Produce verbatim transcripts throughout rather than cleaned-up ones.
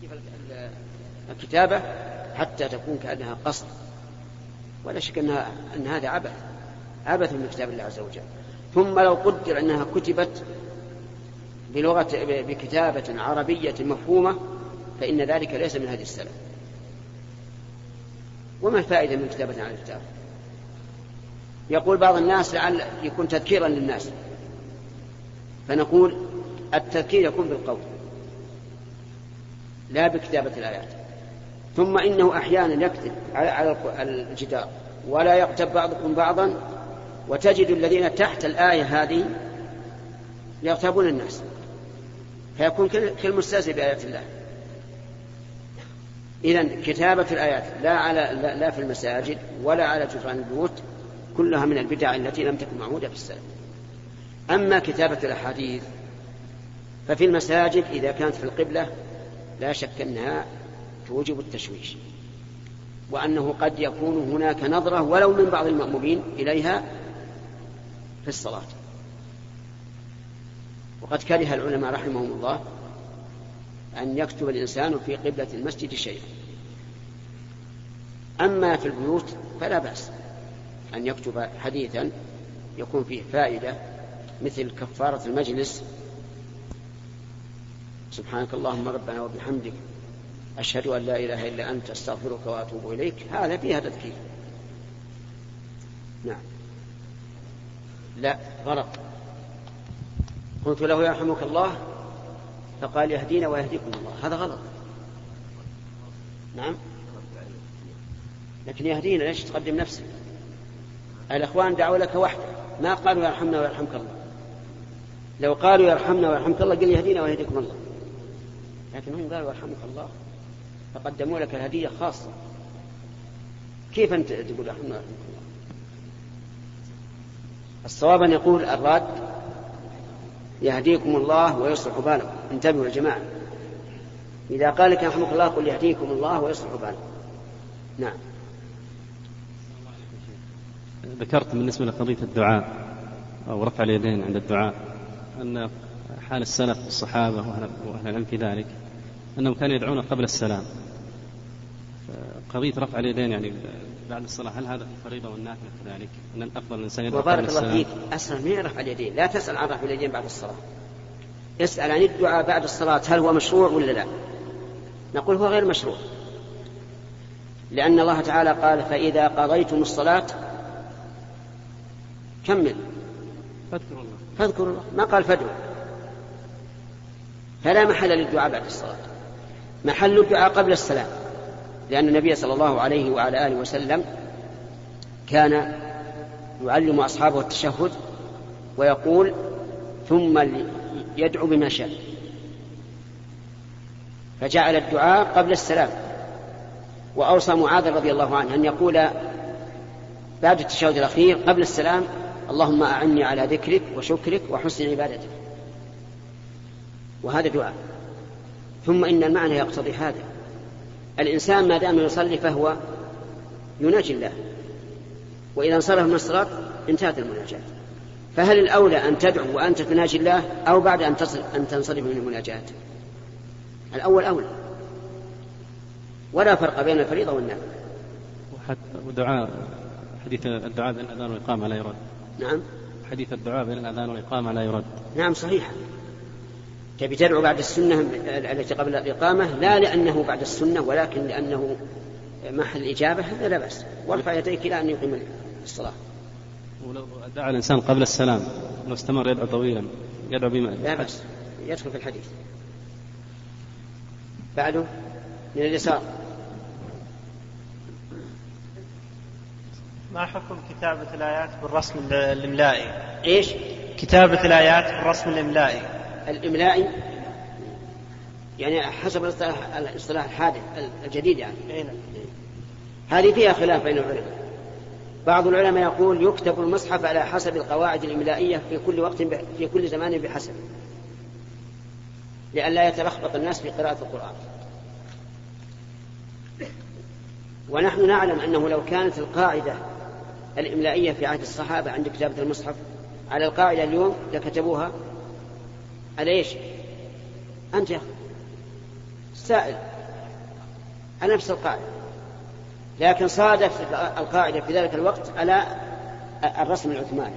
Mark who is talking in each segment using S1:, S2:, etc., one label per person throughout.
S1: الكتابة حتى تكون كأنها قصد، ولا شك أنها أن هذا عبث عبث من كتاب الله عز وجل. ثم لو قدر أنها كتبت بلغة بكتابة عربية مفهومة فإن ذلك ليس من هدي السلف. وما الفائدة من كتابة على الكتاب؟ يقول بعض الناس لعل يكون تذكيرا للناس، فنقول التذكير يكون بالقول لا بكتابة الآيات. ثم إنه أحيانا يكتب على الجدار ولا يكتب بعضكم بعضا، وتجد الذين تحت الآية هذه يغتابون الناس، فيكون كالمستهزئ بآيات الله. إذن كتابة الآيات لا, على لا, لا في المساجد ولا على جدران البيوت كلها من البدع التي لم تكن معهودة في السلف. أما كتابة الأحاديث ففي المساجد إذا كانت في القبلة لا شك أنها توجب التشويش، وأنه قد يكون هناك نظرة ولو من بعض المأمومين إليها في الصلاة. وقد كره العلماء رحمهم الله أن يكتب الإنسان في قبلة المسجد شيئا. أما في البيوت فلا بأس أن يكتب حديثا يكون فيه فائدة، مثل كفارة المجلس: سبحانك اللهم ربنا وبحمدك أشهد أن لا إله إلا أنت أستغفرك وأتوب إليك. هذا فيها تذكير. نعم. لا غلط. قلت له يرحمك الله فقال يهدينا ويهديكم الله، هذا غلط. نعم، لكن يهدينا ليش تقدم نفسك؟ الأخوان دعوا لك وحده، ما قالوا يرحمنا ويرحمك الله. لو قالوا يرحمنا ويرحمك الله قل يهدينا ويهديكم الله، لكن هم قالوا يرحمك الله فقدموا لك الهدية خاصة. كيف أنت تقول يرحمنا ويرحمك الله؟ الصواب أن يقول الراد يهديكم الله ويصلح بالكم. انتبهوا يا جماعة، إذا قال لك يرحمك الله قل يهديكم الله ويصلح بالكم. نعم.
S2: ذكرت بالنسبة لقضية الدعاء أو رفع اليدين عند الدعاء أن حال السلف والصحابة وأهل العلم في ذلك أنهم كانوا يدعون قبل السلام. قضية رفع اليدين يعني بعد الصلاة، هل هذا في الفريضة والنافلة كذلك؟ أن الأفضل الإنسان يدعو قبل السلام؟
S1: وبارك الله فيك، أسأل من رفع اليدين، لا تسأل عن رفع اليدين بعد الصلاة، اسأل عن الدعاء بعد الصلاة هل هو مشروع ولا لا؟ نقول هو غير مشروع، لأن الله تعالى قال فإذا قضيتم الصلاة كمل
S2: فاذكروا الله
S1: فاذكروا الله، ما قال فادعوا. فلا محل للدعاء بعد الصلاة، محل الدعاء قبل السلام، لأن النبي صلى الله عليه وعلى آله وسلم كان يعلم أصحابه التشهد ويقول ثم يدعو بما شاء، فجعل الدعاء قبل السلام. وأوصى معاذ رضي الله عنه أن يقول بعد التشهد الأخير قبل السلام اللهم أعني على ذكرك وشكرك وحسن عبادتك، وهذا دعاء. ثم إن المعنى يقتضي هذا، الإنسان ما دام يصلي فهو يناجي الله، وإذا انصرف من الصلاة انتهت المناجاة. فهل الأولى أن تدعو وأنت تناجي الله أو بعد أن تصل أن تنصرف من المناجاة؟ الأول أولى، ولا فرق بين الفريضة والنافلة.
S2: ودعاء حديث الدعاء بين الأذان والإقامة لا يرد.
S1: نعم،
S2: حديث الدعاء بين الأذان والإقامة لا يرد.
S1: نعم صحيح. تبي تدعو بعد السنة التي قبل الإقامة لا لأنه بعد السنة ولكن لأنه محل الإجابة، هذا لا بأس، وارفع يديك إلى أن يقيم الصلاة.
S2: ولو دعا الإنسان قبل السلام لو استمر يدعو طويلا يدعو بما
S1: لا بأس، يدخل في الحديث. بعده من اليسار.
S3: ما حكم كتابة الآيات بالرسم الإملائي؟
S1: إيش؟ كتابة
S3: الآيات بالرسم الإملائي.
S1: الإملائي يعني حسب الاصطلاح الحادث الجديد يعني. هذه فيها خلاف بين العلماء. بعض العلماء يقول يكتب المصحف على حسب القواعد الإملائية في كل وقت في كل زمان بحسب، لئلا يتلخبط الناس في قراءة القرآن. ونحن نعلم أنه لو كانت القاعدة الإملائية في عهد الصحابة عند كتابة المصحف على القاعدة اليوم لكتبوها على إيش؟ أنت يا أخي سائل على نفس القاعدة، لكن صادف القاعدة في ذلك الوقت على الرسم العثماني.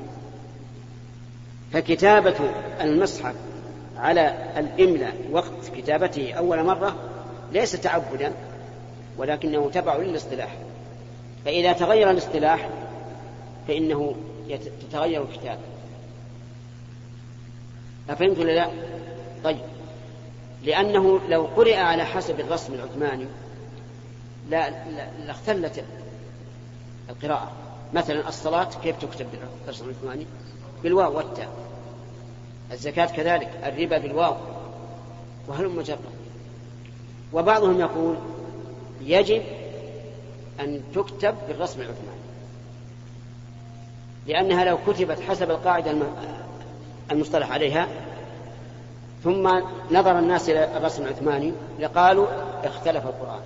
S1: فكتابة المصحف على الإملاء وقت كتابته أول مرة ليس تعبدا، ولكنه تبع للاصطلاح، فإذا تغير الاصطلاح فإنه تتغير الكتابة. أفهمت ولا لا؟ طيب، لأنه لو قرئ على حسب الرسم العثماني لا لاختلت القراءة. مثلا الصلاة كيف تكتب بالرسم العثماني؟ بالواو والتاء. الزكاة كذلك، الربا بالواو، وهلم مجرد. وبعضهم يقول يجب أن تكتب بالرسم العثماني، لأنها لو كتبت حسب القاعدة المصطلح عليها ثم نظر الناس إلى الرسم العثماني لقالوا اختلف القرآن.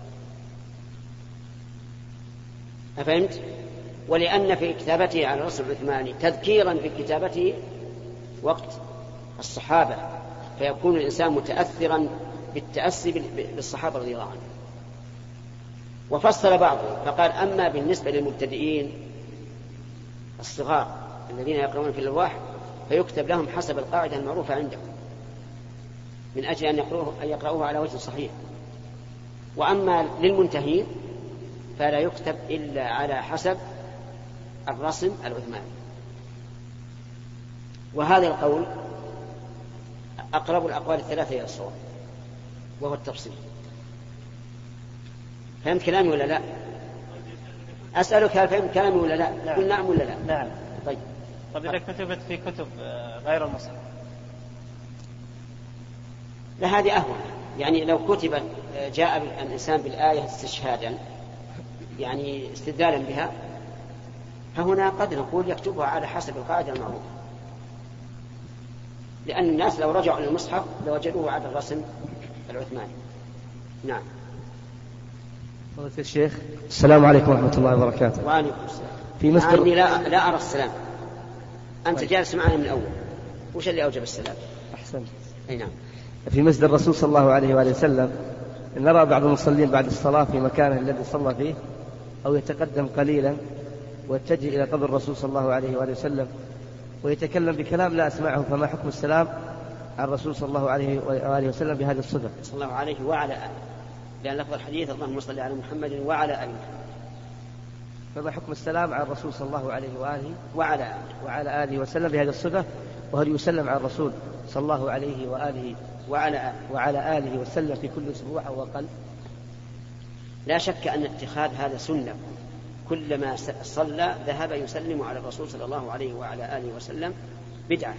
S1: أفهمت؟ ولأن في كتابته على الرسم العثماني تذكيرا في كتابته وقت الصحابة، فيكون الإنسان متأثرا بالتأسي بالصحابة رضي الله عنهم. وفصل بعضهم فقال أما بالنسبة للمبتدئين الصغار الذين يقرؤون في الألواح فيكتب لهم حسب القاعدة المعروفة عندهم من أجل أن يقرؤوه, أن يقرؤوه على وجه صحيح. وأما للمنتهين فلا يكتب إلا على حسب الرسم العثماني. وهذا القول أقرب الأقوال الثلاثة إلى الصواب، وهو التفصيل. فهمت كلامي ولا لا؟ أسألك هل فهمت كلامي ولا لا؟
S3: نعم.
S1: قل نعم ولا لا؟
S3: نعم.
S1: طيب.
S3: طيب إذا كتبت في كتب غير المصحف
S1: لا، هذه أهون. يعني لو كتبت جاء الإنسان بالآية استشهادا، يعني استدلالا بها، فهنا قد نقول يكتبها على حسب القاعدة المعروفة، لأن الناس لو رجعوا إلى المصحف لوجدوه على الرسم العثماني. نعم.
S4: فضيلة الشيخ، السلام عليكم ورحمة الله وبركاته.
S1: وعليكم السلام.
S4: في مصدر
S1: أني لا, لا أرى السلام. أنت
S4: طيب.
S1: جالس معنا من الأول، وش اللي أوجب السلام؟
S4: أحسن.
S1: أي نعم.
S4: في مسجد الرسول صلى الله عليه وآله وسلم نرى بعض المصلين بعد الصلاة في مكانه الذي صلى فيه أو يتقدم قليلا ويتجه إلى قبر الرسول صلى الله عليه وآله وسلم ويتكلم بكلام لا أسمعه، فما حكم السلام عن الرسول صلى الله عليه وآله وسلم بهذه الصفة؟
S1: صلى الله عليه وعلى آله، لأن لفظ الحديث اللهم صل على محمد وعلى آله.
S4: فما حكم السلام عن الرسول صلى الله عليه وآله
S1: وعلى آله
S4: وعلى آله وسلم بهذه الصفة؟ وهل يسلم على الرسول صلى الله عليه وآله
S1: وعلى آله
S4: وعلى آله وسلم في كل أسبوع أو أقل؟
S1: لا شك أن اتخاذ هذا سنة، كلما صلى ذهب يسلم على الرسول صلى الله عليه وعلى آله وسلم بدعة،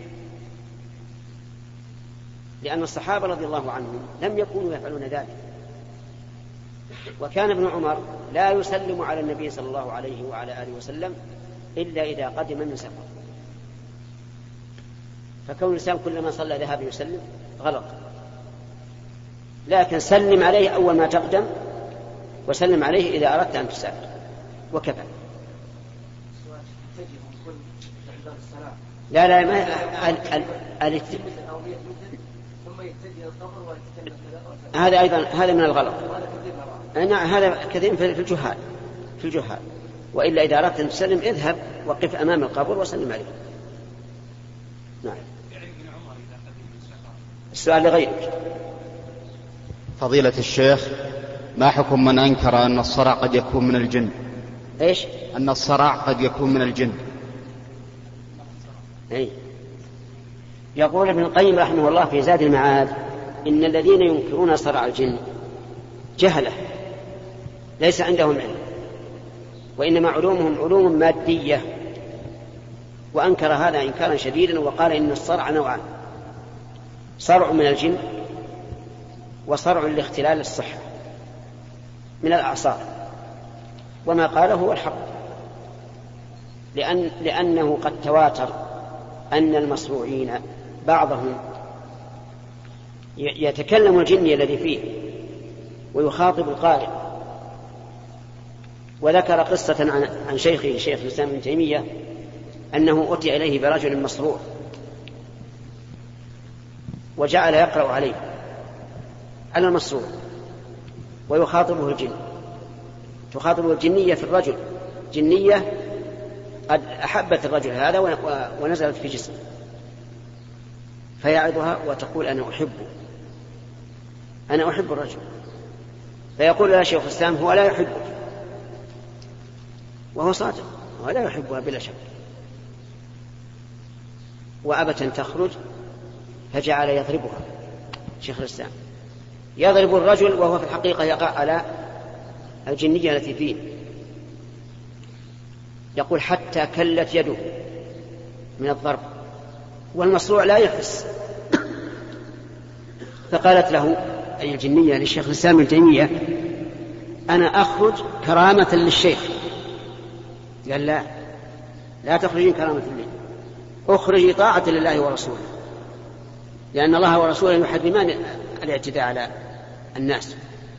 S1: لأن الصحابة رضي الله عنهم لم يكونوا يفعلون ذلك. وكان ابن عمر لا يسلم على النبي صلى الله عليه وعلى آله وسلم إلا إذا قدم من سفر، فكون الإنسان كلما صلى ذهب يسلم غلط، لكن سلم عليه أول ما تقدم وسلم عليه إذا أردت أن تسافر وكفى. لا لا ما هذا أيضا هذا من الغلط. نعم هذا كثير في الجهال في الجهال وإلا إذا أردت أن تسلم اذهب وقف أمام القبر وسلم عليه. نعم. السؤال لغيرك.
S5: فضيلة الشيخ، ما حكم من أنكر أن الصرع قد يكون من الجن؟
S1: إيش؟
S5: أن الصرع قد يكون من الجن.
S1: أي. يقول ابن القيم رحمه الله في زاد المعاد إن الذين ينكرون صرع الجن جهلة ليس عندهم علم، وإنما علومهم علوم مادية، وأنكر هذا إنكارا شديدا وقال إن الصرع نوعان: صرع من الجن وصرع لاختلال الصحة من الأعصاب. وما قاله هو الحق، لأن لأنه قد تواتر أن المصروعين بعضهم يتكلم الجني الذي فيه ويخاطب القارئ. وذكر قصة عن, عن شيخه شيخ الإسلام ابن تيمية أنه أتي إليه برجل مصروع وجعل يقرأ عليه على المصروع، ويخاطبه الجن، تخاطبه الجنية في الرجل، جنية قد أحبت الرجل هذا ونزلت في جسمه، فيعظها وتقول أنا أحبه، أنا أحب الرجل، فيقول لها شيخ الإسلام هو لا يحبك، وهو صادق، هو لا يحبها بلا شك. وأبت أن تخرج فجعل يضربها شيخ الإسلام، يضرب الرجل وهو في الحقيقة يقع على الجنية التي فيه، يقول حتى كلت يده من الضرب والمصروع لا يحس. فقالت له أي الجنية للشيخ الإسلام ابن تيمية أنا أخرج كرامة للشيخ. قال لا، لا تخرجين كرامة لله، أخرجي طاعة لله ورسوله، لأن الله ورسوله يحرمان الاعتداء على الناس.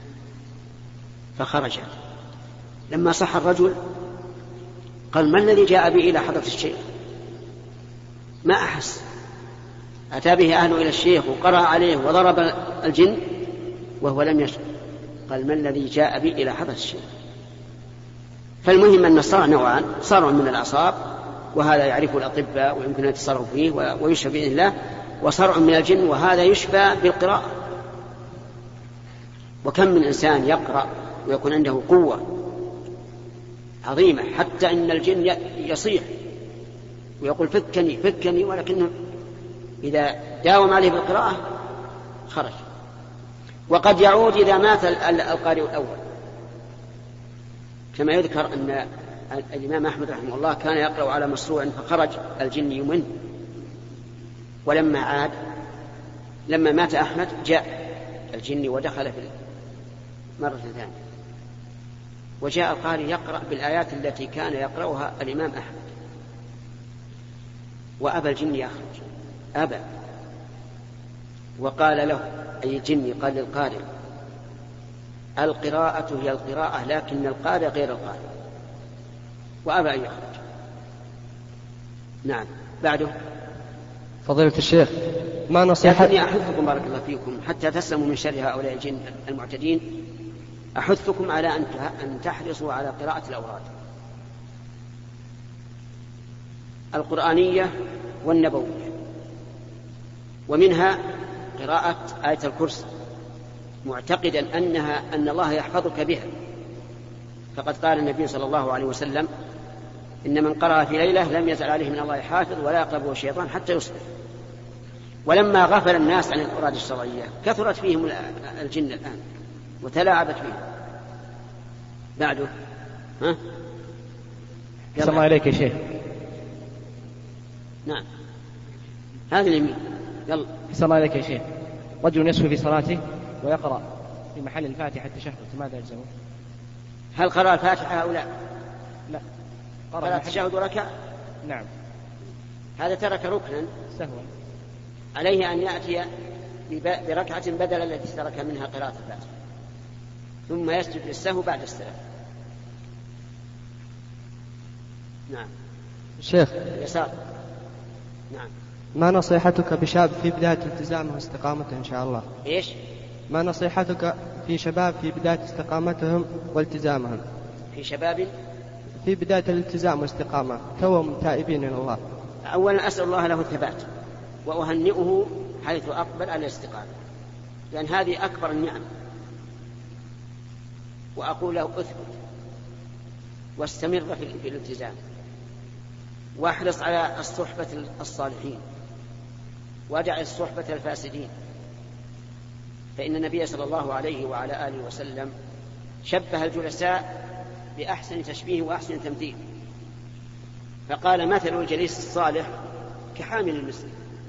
S1: فخرجت. لما صح الرجل قال ما الذي جاء به إلى حضرة الشيخ؟ ما أحس. أتى به أهله إلى الشيخ وقرأ عليه وضرب الجن وهو لم يشعر. قال ما الذي جاء به إلى حضرة الشيخ؟ فالمهم أن الصرع نوعان، صرع من الأعصاب وهذا يعرفه الأطباء ويمكن أن يتصرفوا فيه ويشفى بإذن الله، وصرع من الجن وهذا يشفى بالقراءة. وكم من إنسان يقرأ ويكون عنده قوة عظيمة حتى إن الجن يصيح ويقول فكني فكني، ولكنه إذا داوم عليه بالقراءة خرج. وقد يعود إذا مات القارئ الأول، كما يذكر أن الإمام أحمد رحمه الله كان يقرأ على مصروع فخرج الجن منه، ولما عاد لما مات أحمد جاء الجن ودخل في مرة ثانية، وجاء القارئ يقرأ بالآيات التي كان يقرأها الإمام أحمد، وأبى الجن يخرج، أبى، وقال له أي الجن قال للقارئ القراءة هي القراءة لكن القارئ غير القارئ، وأبى أن يخرج. نعم. بعده
S4: فضيلة الشيخ ما نصيحة؟
S1: لكني أحثكم بارك الله فيكم حتى تسلموا من شر هؤلاء الجن المعتدين، أحثكم على أن تحرصوا على قراءة الأوراد القرآنية والنبوية، ومنها قراءة آية الكرسي معتقدا أنها أن الله يحفظك بها، فقد قال النبي صلى الله عليه وسلم إن من قرأ في ليلة لم يزل عليه من الله حافظ ولا يقربه الشيطان حتى يصبح. ولما غفل الناس عن الأوراد الشرعية كثرت فيهم الجن الآن وتلاعبت فيهم. بعده ها
S4: السلام عليك يا شيخ.
S1: نعم هذا اليمين. يلا.
S4: السلام عليك يا شيخ. رجل يسهو في صلاته ويقرأ في محل الفاتحة التشهد، ماذا يلزمه؟
S1: هل قرأ الفاتحة أو لا؟
S4: لا.
S1: قرأ التشهد وركع؟
S4: نعم.
S1: هذا ترك ركنا
S4: سهوا،
S1: عليه أن يأتي بركعة بدل التي ترك منها قراءة الفاتحة، ثم يسجد للسهو بعد السلام. نعم.
S4: الشيخ
S1: اليسار. نعم.
S4: ما نصيحتك بشاب في بداية التزامه واستقامته إن شاء الله؟
S1: إيش؟
S4: ما نصيحتك في شباب في بداية استقامتهم والتزامهم؟
S1: في شباب
S4: في بداية الالتزام واستقامة توهم تائبين إلى الله.
S1: أولا أسأل الله له الثبات وأهنئه حيث أقبل على الاستقامة، لأن هذه أكبر النعم. وأقول له أثبت واستمر في الالتزام، واحرص على الصحبة الصالحين ودع الصحبة الفاسدين، فإن النبي صلى الله عليه وعلى آله وسلم شبه الجلساء بأحسن تشبيه وأحسن تمثيل، فقال مثل الجليس الصالح كحامل المسك،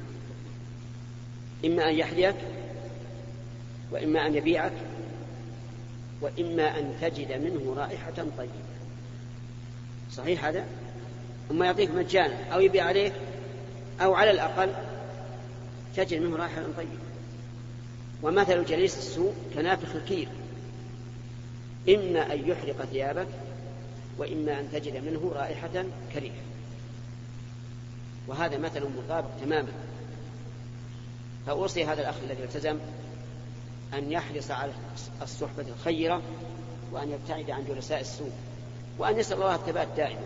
S1: إما أن يحذيك وإما أن يبيعك وإما أن تجد منه رائحة طيبة. صحيح هذا؟ أما يعطيك مجانا أو يبيع عليك أو على الأقل تجد منه رائحة طيبة. ومثل جليس السوء كنافخ الكير، إما أن يحرق ثيابك وإما أن تجد منه رائحة كريهة. وهذا مثل مطابق تماما. فأوصي هذا الأخ الذي التزم أن يحرص على الصحبة الخيرة وأن يبتعد عن جلساء السوء وأن يسأل الله الثبات دائما.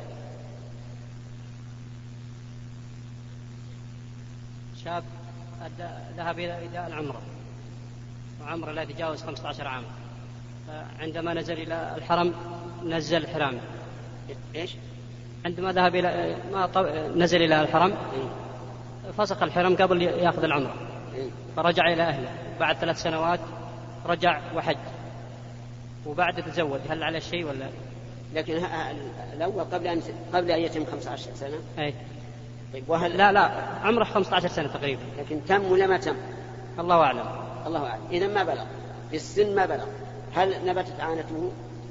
S6: شاب ذهب إلى العمرة وعمره لا يتجاوز خمسة عشر عاما، عندما نزل إلى الحرم نزل حرامه.
S1: إيش؟
S6: عندما ذهب إلى ما طب... نزل إلى الحرم فسخ الحرم قبل يأخذ العمرة، فرجع إلى أهله بعد ثلاث سنوات، رجع وحج وبعد تزوج، هل على شيء ولا؟
S1: لكن الأول قبل أن قبل أن يتم خمسة عشر سنة.
S6: أي.
S1: طيب وهل
S6: لا لا عمره خمسة عشر سنة تقريبا.
S1: لكن تم ولا ما تم؟
S6: الله أعلم.
S1: الله أعلم. إذا ما بلغ في السن ما بلغ، هل نبتت عانته؟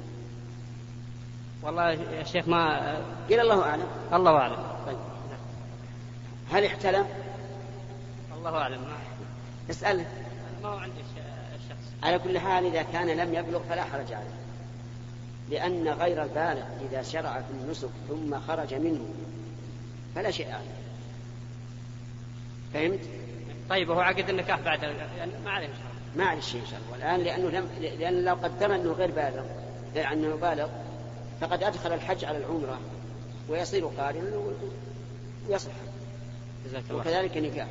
S6: والله يا شيخ ما
S1: قيل الله أعلم.
S6: الله أعلم.
S1: طيب. هل احتلم؟
S6: الله أعلم. ما
S1: اسأله.
S6: ما هو عندي الشخص.
S1: على كل حال إذا كان لم يبلغ فلا حرج عليه، لأن غير البالغ إذا شرع في النسك ثم خرج منه فلا شيء عليه. فهمت؟
S6: طيب هو عقد النكاح بعد يعني ما عليه شيء.
S1: ما عليه شيء إن شاء الله الآن، لأنه لم لأن لو قدر أنه غير بالغ أنه بالغ فقد أدخل الحج على العمرة ويصير قارنا ويصح. وكذلك نكاح.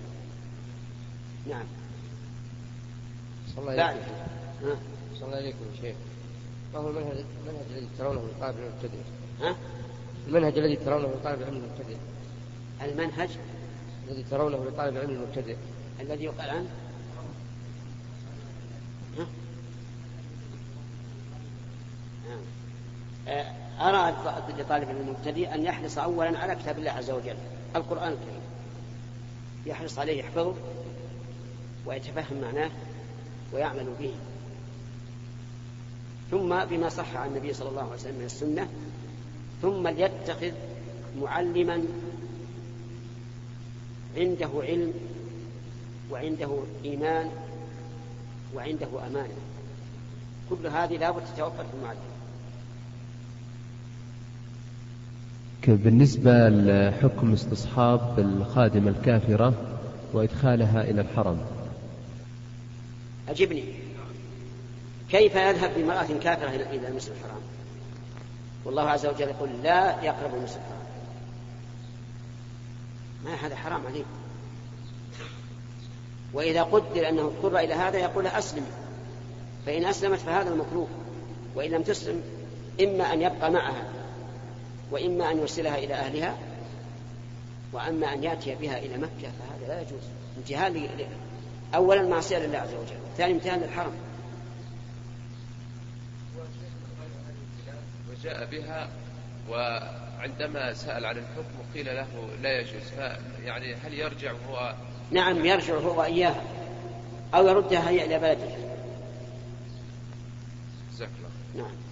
S1: نعم.
S4: صلى الله عليكم. صلى الله عليكم يا شيخ. ما هو المنهج المنهج الذي ترونه لطالب العلم المبتدئ؟
S1: ها؟
S4: المنهج الذي ترونه لطالب العلم المبتدئ.
S1: المنهج
S4: الذي ترونه لطالب العلم المبتدئ
S1: الذي يقال عنه ها؟ أرى لطالب العلم المبتدئ أن يحرص أولا على كتاب الله عز وجل القرآن الكريم، يحرص عليه يحفظه ويتفهم معناه ويعمل به، ثم بما صح عن النبي صلى الله عليه وسلم من السنة، ثم ليتخذ معلما عنده علم وعنده إيمان وعنده أمانة. كل هذه لابد تتوفر في المعلم.
S7: بالنسبة لحكم استصحاب الخادمة الكافرة وإدخالها إلى الحرم،
S1: أجبني، كيف يذهب بامرأة كافرة إلى المسجد الحرام؟ والله عز وجل يقول لا يقرب المسجد الحرام. ما هذا حرام عليه. وإذا قدر أنه اضطر إلى هذا يقول أسلم، فإن أسلمت فهذا المكروه، وإن لم تسلم إما أن يبقى معها وإما أن يرسلها إلى أهلها، وأما أن يأتي بها إلى مكة فهذا لا يجوز. امتهان أولا معصية لله عز وجل، ثاني امتهان للحرم.
S8: وجاء بها وعندما سأل عن الحكم قيل له لا يجوز، يعني هل يرجع هو؟
S1: نعم يرجع هو إياها أو يردها هي إلى بلده.
S8: جزاك الله.
S1: نعم.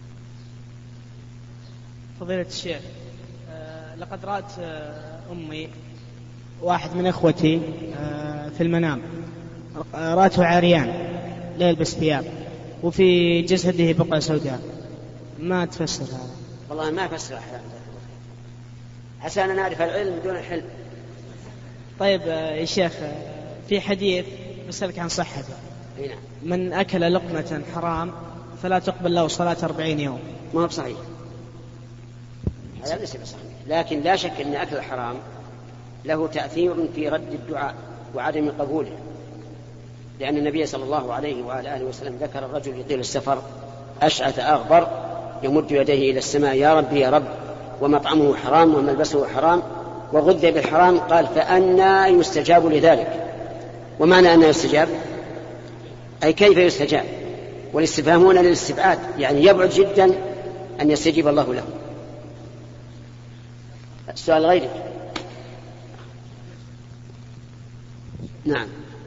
S9: فضيلة الشيخ، آه لقد رأت آه أمي واحد من إخوتي آه في المنام، رأته عريان لا يلبس ثياب وفي جسده بقعة سوداء، ما تفسر هذا؟
S1: والله ما أفسر أحلام، عسى أن نعرف العلم دون الحلم.
S9: طيب آه يا شيخ، آه في حديث بسألك عن صحته.
S1: هنا.
S9: من أكل لقمة حرام فلا تقبل له صلاة أربعين يوم.
S1: ما هو بصحيح، هذا ليس بصحيح، لكن لا شك أن أكل الحرام له تأثير في رد الدعاء وعدم قبوله، لأن النبي صلى الله عليه وعلى آله وسلم ذكر الرجل يطيل السفر أشعث أغبر يمد يديه إلى السماء يا رب يا رب، ومطعمه حرام وملبسه حرام وغذي بالحرام، قال فأنى يستجاب لذلك. ومعنى أنه يستجاب أي كيف يستجاب، والاستفهام هنا للاستبعاد، يعني يبعد جدا أن يستجيب الله له. السؤال غيرك. نعم.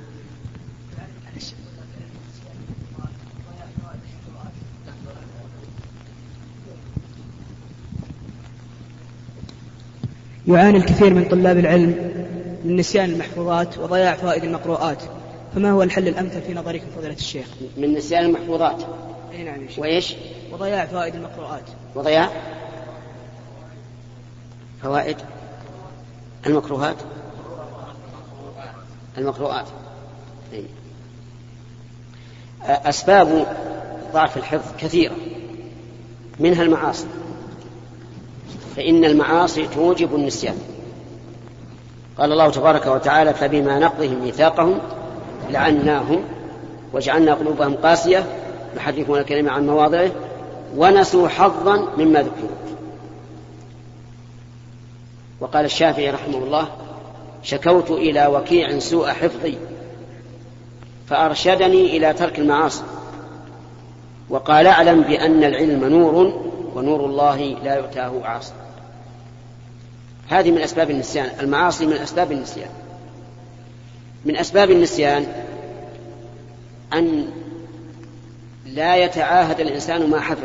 S9: يعاني الكثير من طلاب العلم من نسيان المحفوظات وضياع فوائد المقروءات، فما هو الحل الأمثل في نظرك فضيلة الشيخ؟
S1: من نسيان المحفوظات.
S9: أي نعم يا شيخ.
S1: وإيش؟
S9: وضياع فوائد المقروءات.
S1: وضياع فوائد المكروهات المقروءات. أسباب ضعف الحفظ كثيرة، منها المعاصي، فإن المعاصي توجب النسيان. قال الله تبارك وتعالى: فبما نقضهم ميثاقهم لعناهم وجعلنا قلوبهم قاسية يحرفون الكلمة عن مواضعه ونسوا حظا مما ذكروا. وقال الشافعي رحمه الله: شكوت إلى وكيع سوء حفظي فأرشدني إلى ترك المعاصي، وقال: اعلم بأن العلم نور ونور الله لا يؤتاه عاصي. هذه من أسباب النسيان، المعاصي من أسباب النسيان. من أسباب النسيان أن لا يتعاهد الإنسان ما حفظ،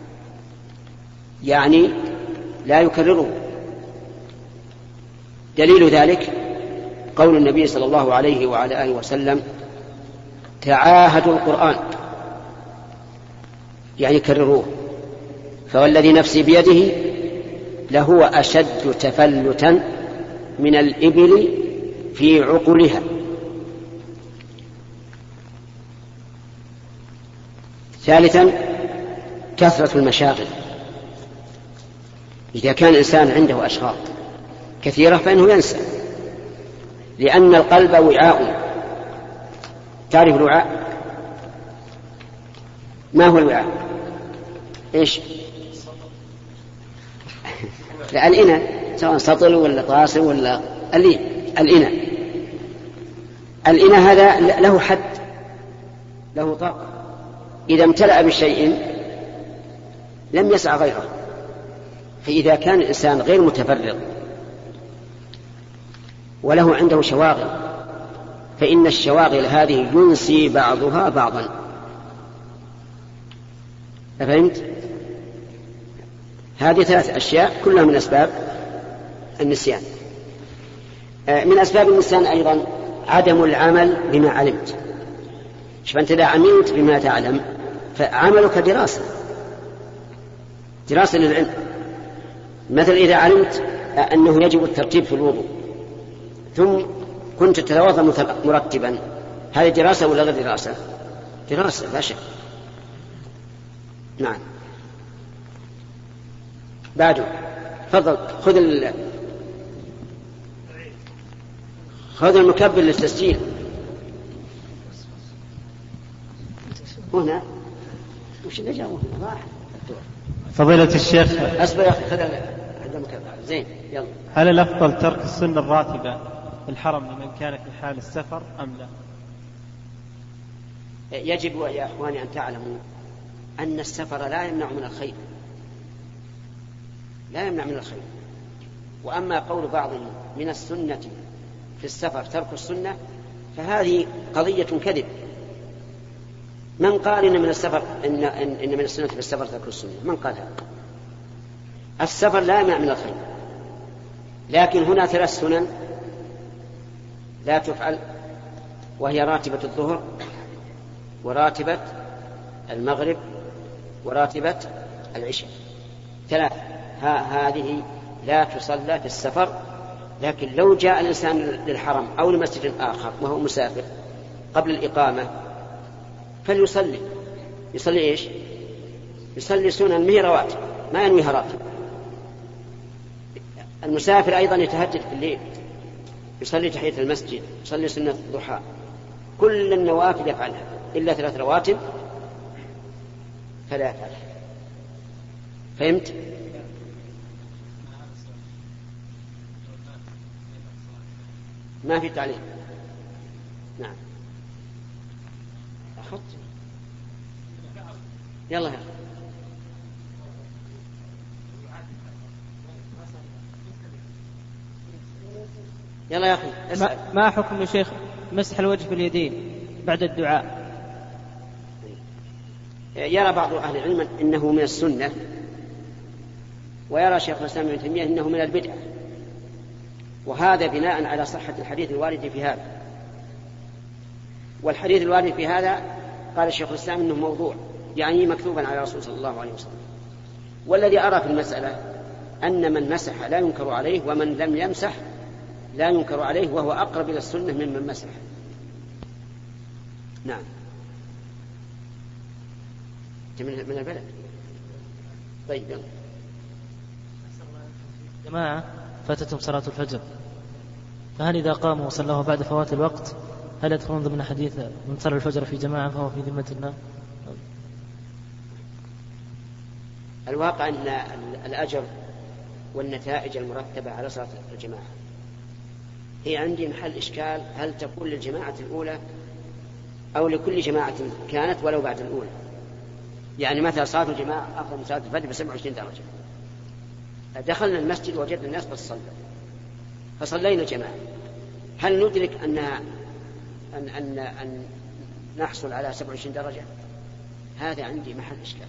S1: يعني لا يكرره. دليل ذلك قول النبي صلى الله عليه وعلى آله وسلم: تعاهدوا القرآن، يعني كرروه. فوالذي نفسي بيده لهو أشد تفلتا من الإبل في عقلها. ثالثا كثرة المشاغل. إذا كان الإنسان عنده أشغال كثيرة فإنه ينسى، لأن القلب وعاء. تعرف الوعاء؟ ما هو الوعاء؟ إيش؟ لا، الإناء، سواء سطل ولا طاسل ولا الإناء. الإناء هذا له حد، له طاقة، إذا امتلأ بشيء لم يسع غيره. فإذا كان الإنسان غير متفرغ وله عنده شواغل فإن الشواغل هذه ينسي بعضها بعضا. أفهمت؟ هذه ثلاث أشياء كلها من أسباب النسيان. من أسباب النسيان أيضا عدم العمل بما علمت. فأنت إذا عملت بما تعلم فعملك دراسة دراسة للعلم. مثل إذا علمت أنه يجب الترتيب في الوضوء ثم كنت تتوضأ مرتبا، هذه دراسة ولا غير دراسة؟ دراسة لا شك. نعم. بعده تفضل، خذ ال... خذ المكبر للتسجيل هنا. وش اللي جاء هنا؟ راح
S3: فضيلة الشيخ.
S1: أصبر يا أخي، خذ المكبر. زين، يلا.
S3: هل الأفضل ترك السنة الراتبة في الحرم لمن كان في حال السفر أم لا؟
S1: يجب يا أخواني أن تعلموا أن السفر لا يمنع من الخير، لا يمنع من الخير. وأما قول بعض من السنة في السفر ترك السنة فهذه قضية كذب. من قال إن من السفر إن, إن من السنة في السفر ترك السنة؟ من قال هذا؟ السفر لا يمنع من الخير، لكن هنا ثلاث سنن لا تفعل، وهي راتبة الظهر وراتبة المغرب وراتبة العشاء. ثلاث هذه لا تصلى في السفر. لكن لو جاء الإنسان للحرم أو لمسجد آخر وهو مسافر قبل الإقامة فليصلي. يصلي إيش؟ يصلي سنن مهي رواتب، ما ينويها راتب. المسافر أيضا يتهجد في الليل، يصلي تحية المسجد، يصلي سنة الضحى، كل النوافل يفعلها إلا ثلاث رواتب فلا يفعل. فهمت؟ ما في تعليم. نعم. أخذت. يلا يا يلا يا أخي.
S6: ما, ما حكم الشيخ مسح الوجه باليدين بعد الدعاء؟
S1: يرى بعض أهل العلم إنه من السنة، ويرى شيخ الإسلام ابن تيمية إنه من البدعة، وهذا بناء على صحة الحديث الوارد في هذا. والحديث الوارد في هذا قال الشيخ الإسلام إنه موضوع، يعني مكتوبا على رسول صلى الله عليه وسلم. والذي أرى في المسألة أن من مسح لا ينكر عليه، ومن لم يمسح لا ينكر عليه، وهو أقرب إلى السنة ممن مسح. نعم. من البلد. طيب يلا.
S10: جماعة فاتتهم صلاة الفجر، فهل إذا قاموا وصلوا بعد فوات الوقت هل يدخلون ضمن حديث من صلى الفجر في جماعة فهو في ذمة الله؟
S1: الواقع أن الأجر والنتائج المرتبة على صلاة الجماعة هي عندي محل إشكال، هل تكون للجماعة الأولى أو لكل جماعة كانت ولو بعد الأولى؟ يعني مثلا صلاة الجماعة أفضل من صلاة الفجر بسبعة وعشرين درجة. دخلنا المسجد وجدنا الناس بس صلوا فصلينا جماعة، هل ندرك أنها أن, أن, أن نحصل على سبعة وعشرين درجة؟ هذا عندي محل إشكال،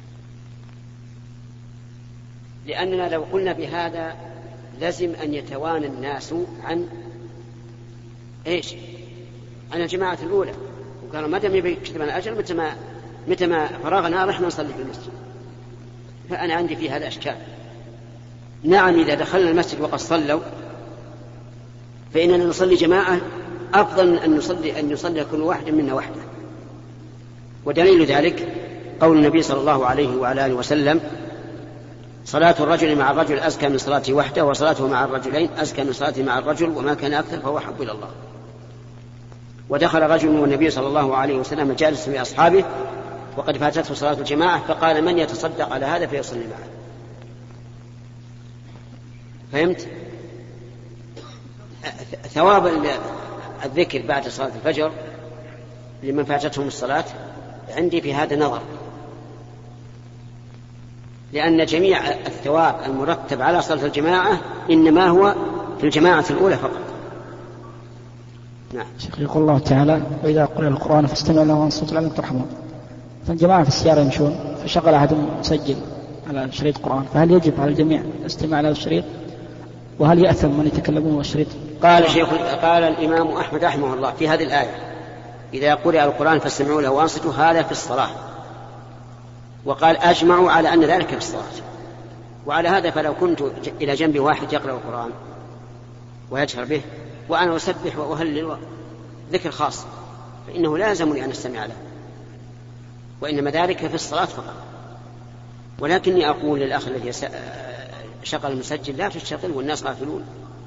S1: لأننا لو قلنا بهذا لازم أن يتوانى الناس عن إيش؟ عن الجماعة الأولى، وقالوا ما دام يبي يكتب لنا أجر متى ما متى ما فرغنا رحنا نصلي في المسجد. فأنا عندي في هذا أشكال. نعم إذا دخلنا المسجد وقد صلوا فإننا نصلي جماعة أفضل من أن نصلي أن يصلي كل واحد منا وحده. ودليل ذلك قول النبي صلى الله عليه وعلى آله وسلم: صلاة الرجل مع الرجل أزكى من صلاته وحده، وصلاته مع الرجلين أزكى من صلاته مع الرجل، وما كان أكثر فهو أحب إلى الله. ودخل رجل والنبي صلى الله عليه وسلم جالس في أصحابه وقد فاتته صلاة الجماعة، فقال: من يتصدق على هذا فيصلي معه. فهمت؟ ثواب الذكر بعد صلاة الفجر لمن فاتتهم الصلاة عندي في هذا نظر، لأن جميع الثواب المرتب على صلاة الجماعة إنما هو في الجماعة الأولى فقط.
S11: نعم. شيخ يقول الله تعالى: وإذا قرئ القرآن فاستمعوا له وانصتوا لعلكم ترحمون. فالجماعة في السيارة يمشون فشغل أحدهم مسجل على شريط قرآن، فهل يجب على الجميع الاستماع على الشريط؟ وهل يأثم من يتكلمون والشريط؟
S1: قال شيخ قال الإمام أحمد رحمه الله في هذه الآية: إذا قرئ القرآن فاستمعوا له وانصتوا، هذا في الصلاة. وقال: أجمعوا على أن ذلك في الصلاة. وعلى هذا فلو كنت إلى جنب واحد يقرأ القرآن ويجهر به وأنا أسبح وأهلل ذكر خاص فإنه لا يلزمني أن أستمع له، وإنما ذلك في الصلاة فقط. ولكني أقول للأخ الذي شغل المسجل: لا تشتغل والناس غافلون،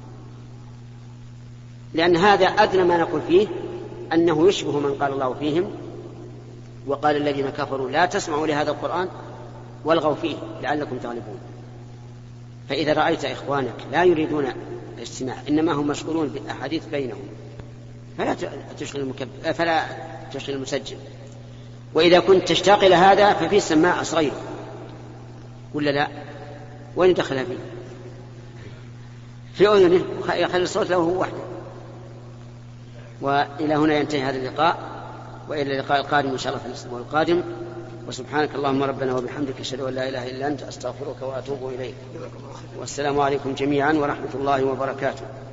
S1: لأن هذا أدنى ما نقول فيه أنه يشبه من قال الله فيهم: وقال الذين كفروا لا تسمعوا لهذا القرآن والغوا فيه لعلكم تغلبون. فإذا رأيت إخوانك لا يريدون الاستماع إنما هم مشغولون بالأحاديث بينهم فلا تشغل المكب... فلا تشغل المسجل. وإذا كنت تشتاق إلى هذا ففي سماعة صغيرة ولا لا؟ وين دخلها فيه؟ في أذنه يخلي الصوت له هو وحده. وإلى هنا ينتهي هذا اللقاء، وإلى اللقاء القادم إن شاء الله في الأسبوع القادم. وسبحانك اللهم ربنا وبحمدك أشهد أن لا إله إلا أنت أستغفرك وأتوب إليك. والسلام عليكم جميعا ورحمة الله وبركاته.